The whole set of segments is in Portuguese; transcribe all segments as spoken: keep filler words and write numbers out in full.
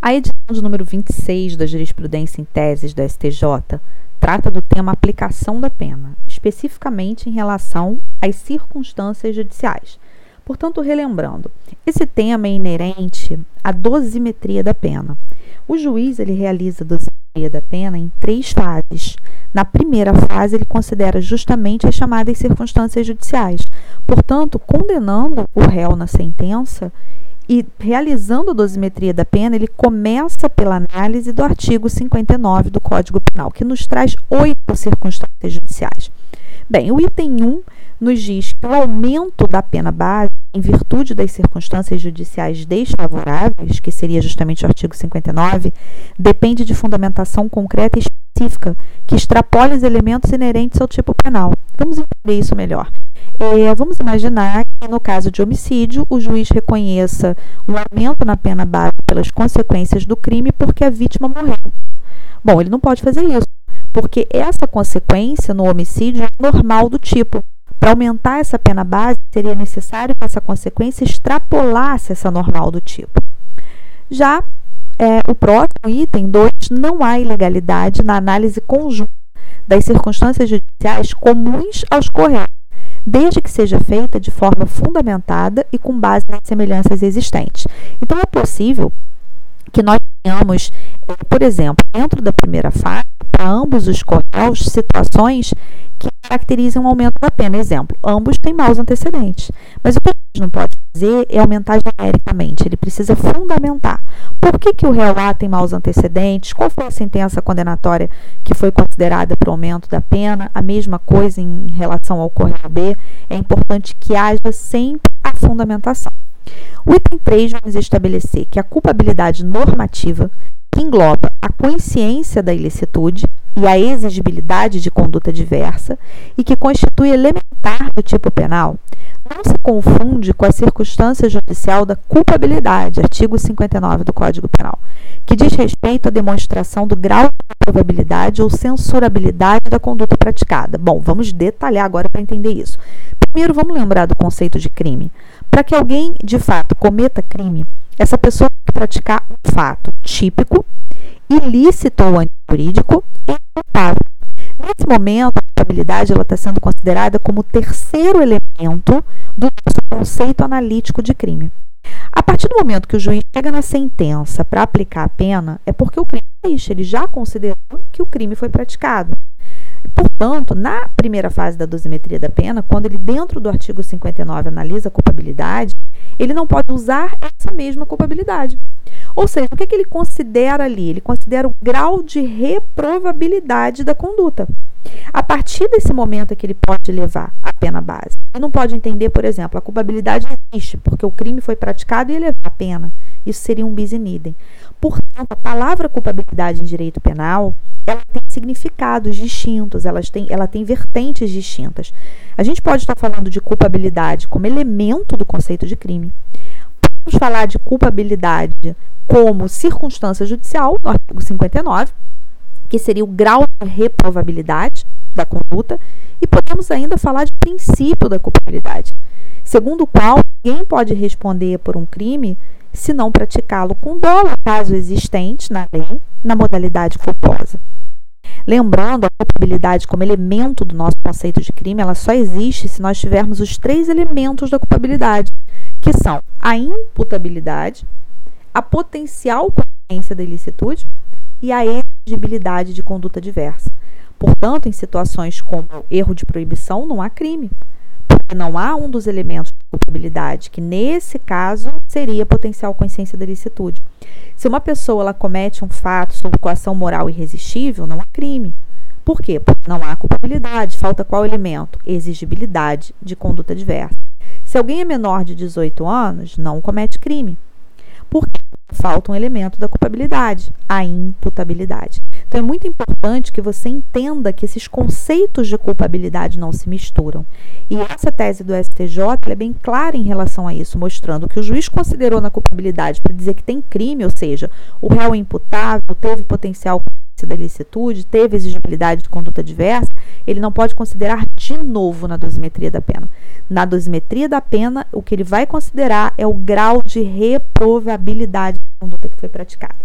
A edição de número vinte e seis da Jurisprudência em Teses do S T J trata do tema aplicação da pena, especificamente em relação às circunstâncias judiciais. Portanto, relembrando, esse tema é inerente à dosimetria da pena. O juiz ele realiza a dosimetria da pena em três fases. Na primeira fase, ele considera justamente as chamadas circunstâncias judiciais. Portanto, condenando o réu na sentença e realizando a dosimetria da pena, ele começa pela análise do artigo cinquenta e nove do Código Penal, que nos traz oito circunstâncias judiciais. Bem, o item um nos diz que o aumento da pena base, em virtude das circunstâncias judiciais desfavoráveis, que seria justamente o artigo cinquenta e nove, depende de fundamentação concreta e específica, que extrapole os elementos inerentes ao tipo penal. Vamos entender isso melhor. É, vamos imaginar que, no caso de homicídio, o juiz reconheça um aumento na pena base pelas consequências do crime porque a vítima morreu. Bom, ele não pode fazer isso, porque essa consequência no homicídio é normal do tipo. Para aumentar essa pena base, seria necessário que essa consequência extrapolasse essa normal do tipo. Já é, o próximo item dois, não há ilegalidade na análise conjunta das circunstâncias judiciais comuns aos corretos, desde que seja feita de forma fundamentada e com base nas semelhanças existentes. Então, é possível que nós tenhamos, por exemplo, dentro da primeira fase, para ambos os correios, situações que caracterizam um aumento da pena. Exemplo, ambos têm maus antecedentes. Mas o que a gente não pode fazer é aumentar genericamente, ele precisa fundamentar. Por que, que o réu A tem maus antecedentes? Qual foi a sentença condenatória que foi considerada para o aumento da pena? A mesma coisa em relação ao correio B. É importante que haja sempre a fundamentação. O item três vai nos estabelecer que a culpabilidade normativa, que engloba a consciência da ilicitude e a exigibilidade de conduta diversa e que constitui elementar do tipo penal, não se confunde com a circunstância judicial da culpabilidade, artigo cinquenta e nove do Código Penal, que diz respeito à demonstração do grau de probabilidade ou censurabilidade da conduta praticada. Bom, vamos detalhar agora para entender isso. Primeiro, vamos lembrar do conceito de crime. Para que alguém, de fato, cometa crime, essa pessoa tem que praticar um fato típico, ilícito ou antijurídico e imputável. Nesse momento, a culpabilidade está sendo considerada como o terceiro elemento do nosso conceito analítico de crime. A partir do momento que o juiz chega na sentença para aplicar a pena, é porque o crime existe, ele já considerou que o crime foi praticado. Portanto, na primeira fase da dosimetria da pena, quando ele, dentro do artigo cinquenta e nove, analisa a culpabilidade, ele não pode usar essa mesma culpabilidade. Ou seja, o que, é que ele considera ali? Ele considera o grau de reprovabilidade da conduta. A partir desse momento é que ele pode levar a pena base. Ele não pode entender, por exemplo, a culpabilidade existe porque o crime foi praticado e levar a pena. Isso seria um bis in idem. Portanto, a palavra culpabilidade em direito penal, ela tem significados distintos, elas têm, ela tem vertentes distintas. A gente pode estar falando de culpabilidade como elemento do conceito de crime. Podemos falar de culpabilidade como circunstância judicial, no artigo cinquenta e nove, que seria o grau de reprovabilidade da conduta, e podemos ainda falar de princípio da culpabilidade, segundo o qual ninguém pode responder por um crime se não praticá-lo com dolo, caso existente na lei, na modalidade culposa. Lembrando, a culpabilidade como elemento do nosso conceito de crime, ela só existe se nós tivermos os três elementos da culpabilidade, que são a imputabilidade, a potencial consciência da ilicitude e a exigibilidade de conduta diversa. Portanto, em situações como erro de proibição, não há crime, porque não há um dos elementos de culpabilidade, que nesse caso seria potencial consciência da ilicitude. Se uma pessoa ela comete um fato sob coação moral irresistível, não há crime. Por quê? Porque não há culpabilidade. Falta qual elemento? Exigibilidade de conduta diversa. Se alguém é menor de dezoito anos, não comete crime. Por quê? Falta um elemento da culpabilidade, a imputabilidade. Então, é muito importante que você entenda que esses conceitos de culpabilidade não se misturam. E essa tese do S T J é bem clara em relação a isso, mostrando que o juiz considerou na culpabilidade para dizer que tem crime, ou seja, o réu é imputável, teve potencial da ilicitude, teve exigibilidade de conduta diversa, ele não pode considerar de novo na dosimetria da pena. Na dosimetria da pena, o que ele vai considerar é o grau de reprovabilidade da conduta que foi praticada.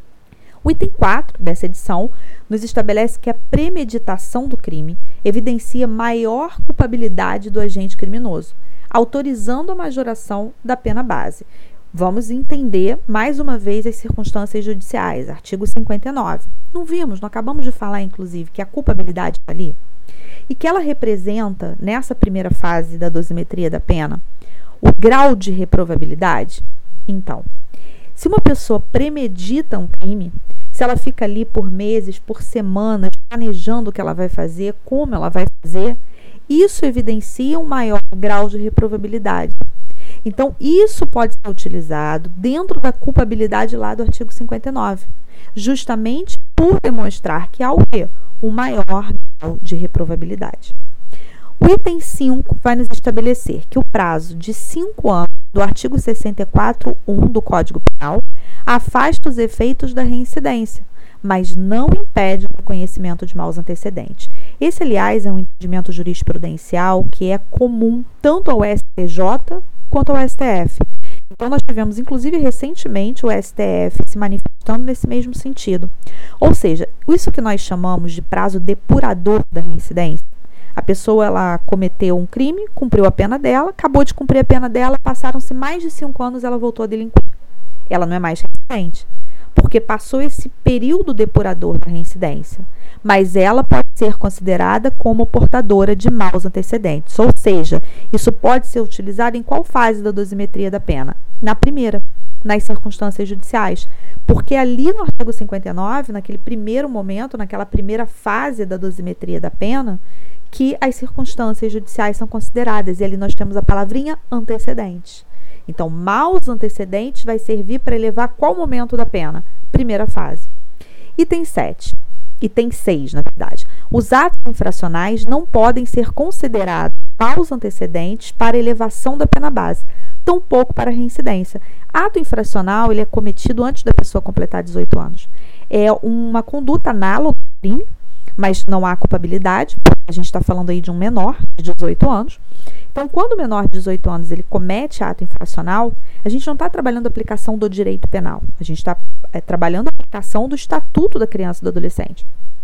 O item quatro dessa edição nos estabelece que a premeditação do crime evidencia maior culpabilidade do agente criminoso, autorizando a majoração da pena base. Vamos entender mais uma vez as circunstâncias judiciais, artigo cinquenta e nove. Não vimos, não acabamos de falar, inclusive, que a culpabilidade está ali e que ela representa, nessa primeira fase da dosimetria da pena, o grau de reprovabilidade? Então, se uma pessoa premedita um crime, se ela fica ali por meses, por semanas, planejando o que ela vai fazer, como ela vai fazer, isso evidencia um maior grau de reprovabilidade. Então, isso pode ser utilizado dentro da culpabilidade lá do artigo cinquenta e nove, justamente por demonstrar que há o quê? Um maior grau de reprovabilidade. O item cinco vai nos estabelecer que o prazo de cinco anos do artigo sessenta e quatro ponto um do Código Penal afasta os efeitos da reincidência, mas não impede o reconhecimento de maus antecedentes. Esse, aliás, é um entendimento jurisprudencial que é comum tanto ao S T J quanto ao S T F. Então, nós tivemos, inclusive, recentemente o S T F se manifestando nesse mesmo sentido. Ou seja, isso que nós chamamos de prazo depurador da reincidência. A pessoa, ela cometeu um crime, cumpriu a pena dela, acabou de cumprir a pena dela, passaram-se mais de cinco anos, ela voltou a delinquir. Ela não é mais reincidente, porque passou esse período depurador da reincidência. Mas ela pode ser considerada como portadora de maus antecedentes. Ou seja, isso pode ser utilizado em qual fase da dosimetria da pena? Na primeira, nas circunstâncias judiciais. Porque ali no artigo cinquenta e nove, naquele primeiro momento, naquela primeira fase da dosimetria da pena, que as circunstâncias judiciais são consideradas. E ali nós temos a palavrinha antecedentes. Então, maus antecedentes vai servir para elevar qual momento da pena? Primeira fase. Item sete. Item seis, na verdade. Os atos infracionais não podem ser considerados maus antecedentes para elevação da pena base, tampouco para reincidência. Ato infracional, ele é cometido antes da pessoa completar dezoito anos. É uma conduta análoga ao crime, mas não há culpabilidade, porque a gente está falando aí de um menor de dezoito anos. Então, quando o menor de dezoito anos ele comete ato infracional, a gente não está trabalhando a aplicação do direito penal, a gente está é, trabalhando a aplicação do Estatuto da Criança e do Adolescente.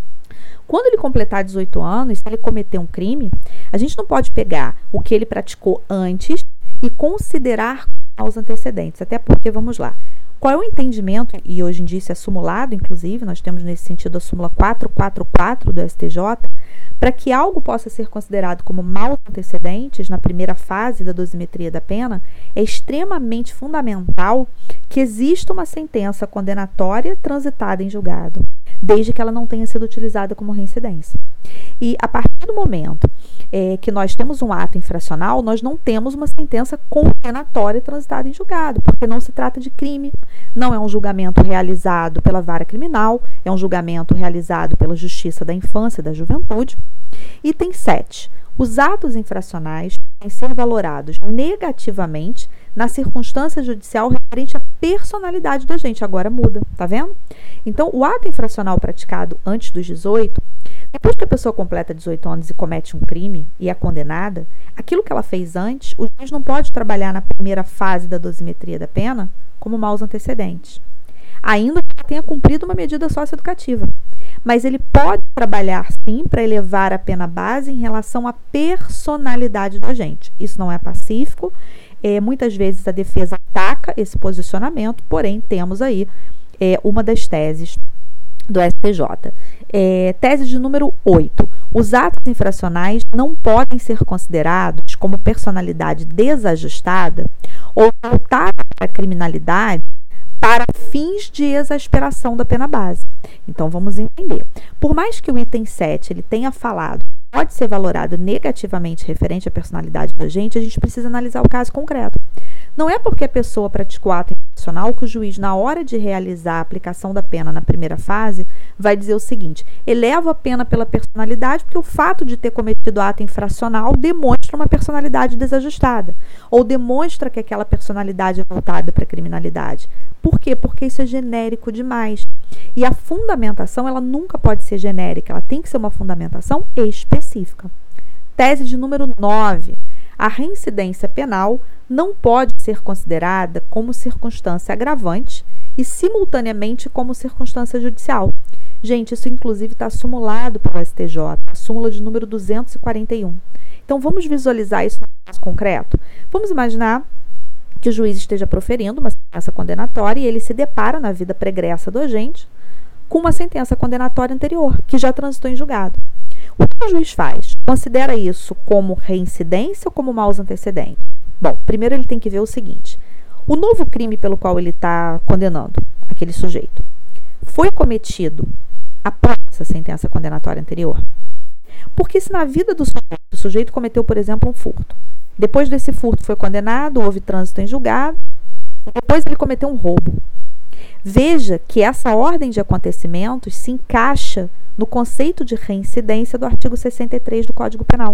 Quando ele completar dezoito anos, se ele cometer um crime, a gente não pode pegar o que ele praticou antes e considerar aos antecedentes, até porque, vamos lá, qual é o entendimento, e hoje em dia isso é sumulado, inclusive, nós temos nesse sentido a súmula quatrocentos e quarenta e quatro do S T J, para que algo possa ser considerado como maus antecedentes na primeira fase da dosimetria da pena, é extremamente fundamental que exista uma sentença condenatória transitada em julgado, desde que ela não tenha sido utilizada como reincidência. E a partir do momento é, que nós temos um ato infracional, nós não temos uma sentença condenatória transitada em julgado, porque não se trata de crime, não é um julgamento realizado pela vara criminal, é um julgamento realizado pela Justiça da Infância e da Juventude. Item sete. Os atos infracionais podem ser valorados negativamente na circunstância judicial referente à personalidade do agente. Agora muda, tá vendo? Então, o ato infracional praticado antes dos dezoito, depois que a pessoa completa dezoito anos e comete um crime e é condenada, aquilo que ela fez antes, o juiz não pode trabalhar na primeira fase da dosimetria da pena como maus antecedentes, ainda que ela tenha cumprido uma medida socioeducativa. Mas ele pode trabalhar, sim, para elevar a pena base em relação à personalidade do agente. Isso não é pacífico. É, muitas vezes a defesa ataca esse posicionamento, porém temos aí é, uma das teses do S T J. É, tese de número oito. Os atos infracionais não podem ser considerados como personalidade desajustada ou voltada para a criminalidade para fins de exasperação da pena base. Então, vamos entender. Por mais que o item sete ele tenha falado pode ser valorado negativamente referente à personalidade do agente, a gente precisa analisar o caso concreto. Não é porque a pessoa praticou ato infracional que o juiz, na hora de realizar a aplicação da pena na primeira fase, vai dizer o seguinte: eleva a pena pela personalidade, porque o fato de ter cometido ato infracional demonstra demonstra uma personalidade desajustada, ou demonstra que aquela personalidade é voltada para a criminalidade. Por quê? Porque isso é genérico demais. E a fundamentação, ela nunca pode ser genérica, ela tem que ser uma fundamentação específica. Tese de número nove. A reincidência penal não pode ser considerada como circunstância agravante e, simultaneamente, como circunstância judicial. Gente, isso inclusive está sumulado pelo S T J, a súmula de número duzentos e quarenta e um. Então, vamos visualizar isso no caso concreto? Vamos imaginar que o juiz esteja proferindo uma sentença condenatória e ele se depara na vida pregressa do agente com uma sentença condenatória anterior, que já transitou em julgado. O que o juiz faz? Considera isso como reincidência ou como maus antecedentes? Bom, primeiro ele tem que ver o seguinte: o novo crime pelo qual ele está condenando aquele sujeito foi cometido após essa sentença condenatória anterior? Porque se na vida do sujeito, o sujeito cometeu, por exemplo, um furto, depois desse furto foi condenado, houve trânsito em julgado, e depois ele cometeu um roubo. Veja que essa ordem de acontecimentos se encaixa no conceito de reincidência do artigo sessenta e três do Código Penal,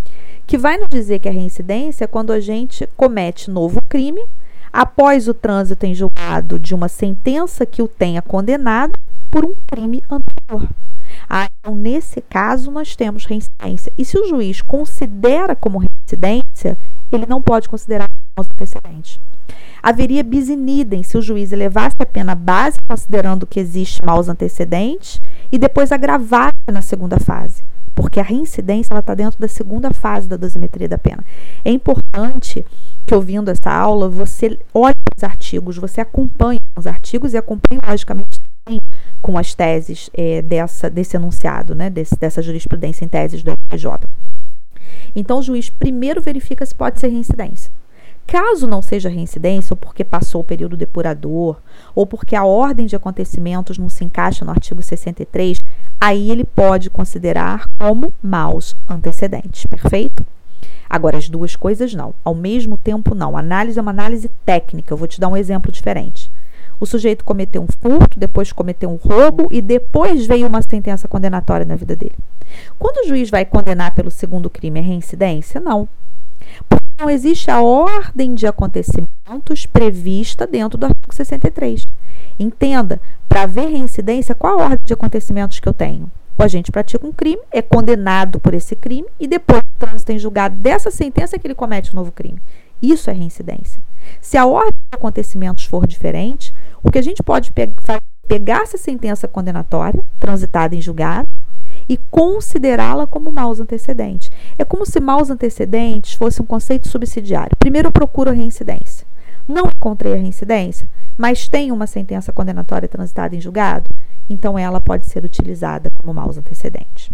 que vai nos dizer que a reincidência é quando a gente comete novo crime após o trânsito em julgado de uma sentença que o tenha condenado por um crime anterior. Ah, então, nesse caso, nós temos reincidência. E se o juiz considera como reincidência, ele não pode considerar maus antecedentes. Haveria bis in idem se o juiz elevasse a pena base, considerando que existe maus antecedentes, e depois agravasse na segunda fase, porque a reincidência está dentro da segunda fase da dosimetria da pena. É importante que, ouvindo essa aula, você olhe os artigos, você acompanhe os artigos e acompanhe, logicamente, também com as teses é, dessa, desse enunciado, né, desse, dessa jurisprudência em teses do S T J. Então, o juiz primeiro verifica se pode ser reincidência. Caso não seja reincidência, ou porque passou o período depurador, ou porque a ordem de acontecimentos não se encaixa no artigo sessenta e três, aí ele pode considerar como maus antecedentes, perfeito? Agora, as duas coisas não, ao mesmo tempo não. A análise é uma análise técnica, eu vou te dar um exemplo diferente. O sujeito cometeu um furto, depois cometeu um roubo e depois veio uma sentença condenatória na vida dele. Quando o juiz vai condenar pelo segundo crime, é reincidência? Não. Porque não existe a ordem de acontecimentos prevista dentro do artigo sessenta e três. Entenda, para haver reincidência, qual a ordem de acontecimentos que eu tenho? O agente pratica um crime, é condenado por esse crime e depois do trânsito em julgado dessa sentença é que ele comete um novo crime. Isso é reincidência. Se a ordem de acontecimentos for diferente, o que a gente pode pe- pegar essa sentença condenatória, transitada em julgado, e considerá-la como maus antecedentes. É como se maus antecedentes fosse um conceito subsidiário. Primeiro eu procuro a reincidência. Não encontrei a reincidência, mas tem uma sentença condenatória transitada em julgado, então ela pode ser utilizada como maus antecedentes.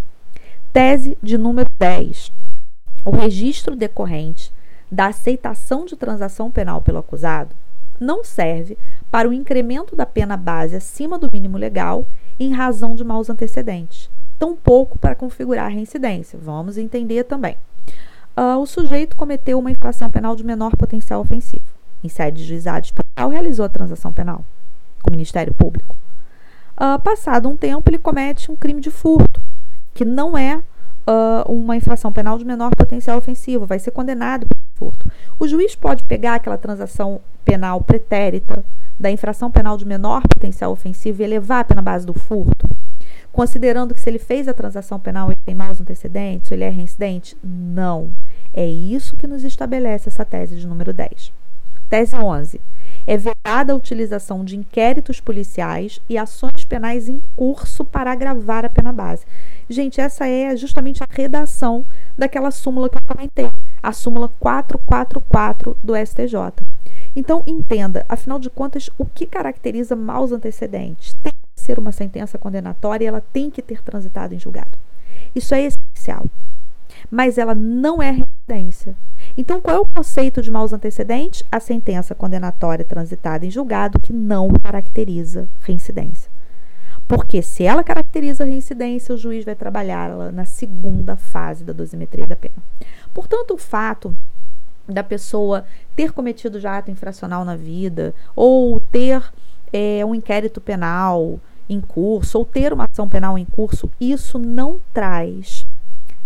Tese de número dez. O registro decorrente da aceitação de transação penal pelo acusado não serve para o incremento da pena base acima do mínimo legal em razão de maus antecedentes, tampouco para configurar a reincidência. Vamos entender também. Uh, o sujeito cometeu uma infração penal de menor potencial ofensivo. Em sede de juizado especial, realizou a transação penal com o Ministério Público. Uh, passado um tempo, ele comete um crime de furto, que não é uh, uma infração penal de menor potencial ofensivo, vai ser condenado por furto. O juiz pode pegar aquela transação penal pretérita da infração penal de menor potencial ofensivo e elevar a pena base do furto, considerando que se ele fez a transação penal ele tem maus antecedentes, ele é reincidente? Não. É isso que nos estabelece essa tese de número dez. Tese onze. É vedada a utilização de inquéritos policiais e ações penais em curso para agravar a pena base. Gente, essa é justamente a redação daquela súmula que eu comentei, a súmula quatrocentos e quarenta e quatro do S T J. Então, entenda, afinal de contas, o que caracteriza maus antecedentes? Tem que ser uma sentença condenatória e ela tem que ter transitado em julgado. Isso é essencial. Mas ela não é reincidência. Então, qual é o conceito de maus antecedentes? A sentença condenatória transitada em julgado que não caracteriza reincidência. Porque se ela caracteriza reincidência, o juiz vai trabalhá-la na segunda fase da dosimetria da pena. Portanto, o fato da pessoa ter cometido já ato infracional na vida, ou ter é, um inquérito penal em curso, ou ter uma ação penal em curso, isso não traz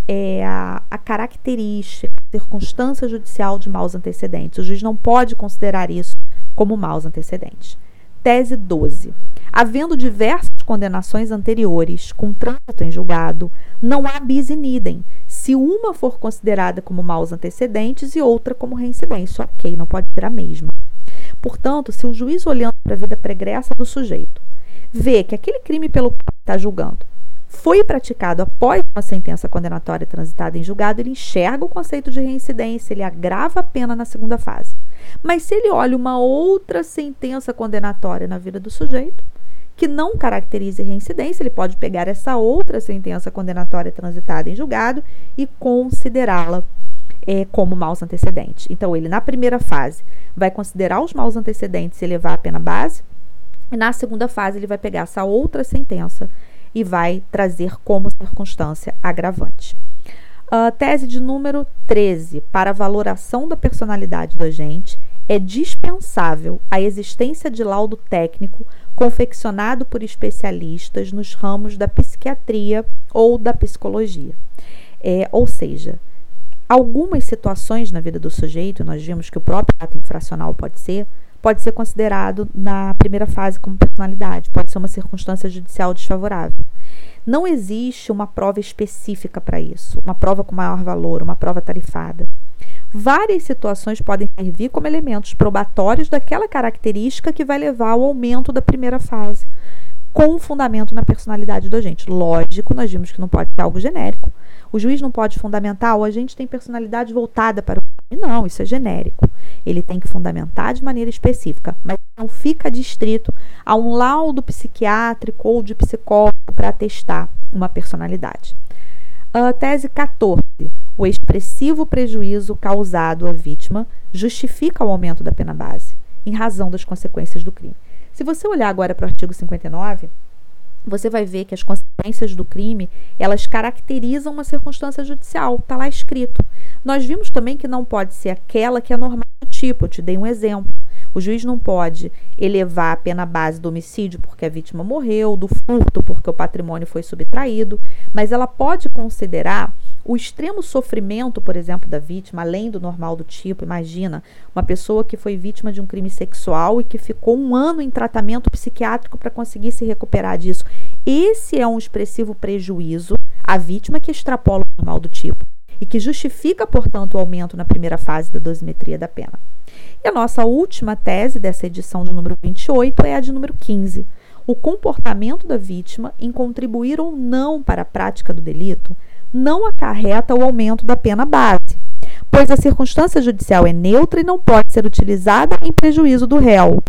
é, a, a característica, a circunstância judicial de maus antecedentes. O juiz não pode considerar isso como maus antecedentes. Tese doze. Havendo diversas condenações anteriores com trânsito em julgado, não há bis in idem, se uma for considerada como maus antecedentes e outra como reincidência. Ok, não pode ser a mesma. Portanto, se o juiz, olhando para a vida pregressa do sujeito, vê que aquele crime pelo qual está julgando foi praticado após uma sentença condenatória transitada em julgado, ele enxerga o conceito de reincidência, ele agrava a pena na segunda fase. Mas se ele olha uma outra sentença condenatória na vida do sujeito, que não caracterize reincidência, ele pode pegar essa outra sentença condenatória transitada em julgado e considerá-la é, como maus antecedentes. Então, ele, na primeira fase, vai considerar os maus antecedentes e elevar a pena base, e na segunda fase, ele vai pegar essa outra sentença e vai trazer como circunstância agravante. Uh, tese de número treze. Para a valoração da personalidade do agente, é dispensável a existência de laudo técnico confeccionado por especialistas nos ramos da psiquiatria ou da psicologia. É, ou seja, algumas situações na vida do sujeito, nós vimos que o próprio ato infracional pode ser, pode ser considerado na primeira fase como personalidade, pode ser uma circunstância judicial desfavorável. Não existe uma prova específica para isso, uma prova com maior valor, uma prova tarifada. Várias situações podem servir como elementos probatórios daquela característica que vai levar ao aumento da primeira fase, com fundamento na personalidade do agente. Lógico, nós vimos que não pode ser algo genérico. O juiz não pode fundamentar, o agente tem personalidade voltada para o crime. Não, isso é genérico. Ele tem que fundamentar de maneira específica, mas não fica distrito a um laudo psiquiátrico ou de psicólogo para atestar uma personalidade. Uh, tese quatorze. O expressivo prejuízo causado à vítima justifica o aumento da pena base, em razão das consequências do crime. Se você olhar agora para o artigo cinquenta e nove, você vai ver que as consequências do crime, elas caracterizam uma circunstância judicial, está lá escrito. Nós vimos também que não pode ser aquela que é normal do tipo, eu te dei um exemplo. O juiz não pode elevar a pena base do homicídio porque a vítima morreu, do furto porque o patrimônio foi subtraído, mas ela pode considerar o extremo sofrimento, por exemplo, da vítima, além do normal do tipo. Imagina uma pessoa que foi vítima de um crime sexual e que ficou um ano em tratamento psiquiátrico para conseguir se recuperar disso. Esse é um expressivo prejuízo à vítima que extrapola o normal do tipo e que justifica, portanto, o aumento na primeira fase da dosimetria da pena. E a nossa última tese dessa edição de número vinte e oito é a de número quinze. O comportamento da vítima em contribuir ou não para a prática do delito não acarreta o aumento da pena base, pois a circunstância judicial é neutra e não pode ser utilizada em prejuízo do réu.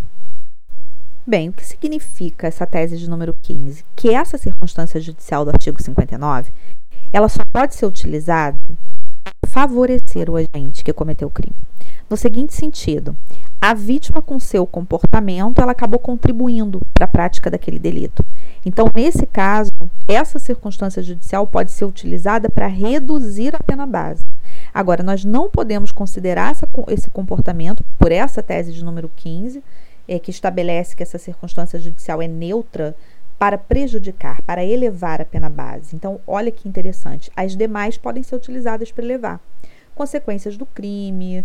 Bem, o que significa essa tese de número quinze? Que essa circunstância judicial do artigo cinquenta e nove, ela só pode ser utilizada para favorecer o agente que cometeu o crime. No seguinte sentido, a vítima, com seu comportamento, ela acabou contribuindo para a prática daquele delito. Então, nesse caso, essa circunstância judicial pode ser utilizada para reduzir a pena base. Agora, nós não podemos considerar essa, esse comportamento, por essa tese de número quinze, é, que estabelece que essa circunstância judicial é neutra, para prejudicar, para elevar a pena base. Então, olha que interessante. As demais podem ser utilizadas para elevar. Consequências do crime,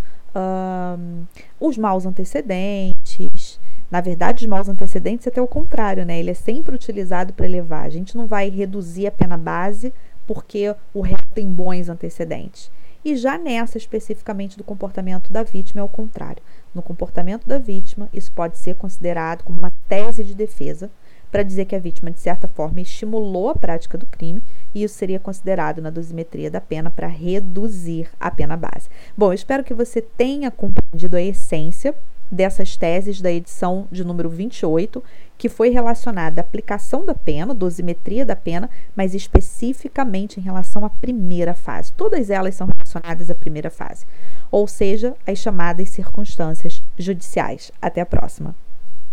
um, os maus antecedentes. Na verdade, os maus antecedentes é até o contrário, né? Ele é sempre utilizado para elevar. A gente não vai reduzir a pena base porque o réu tem bons antecedentes. E já nessa, especificamente do comportamento da vítima, é o contrário. No comportamento da vítima, isso pode ser considerado como uma tese de defesa para dizer que a vítima, de certa forma, estimulou a prática do crime, e isso seria considerado na dosimetria da pena para reduzir a pena base. Bom, eu espero que você tenha compreendido a essência dessas teses da edição de número vinte e oito, que foi relacionada à aplicação da pena, dosimetria da pena, mas especificamente em relação à primeira fase. Todas elas são relacionadas à primeira fase, ou seja, as chamadas circunstâncias judiciais. Até a próxima.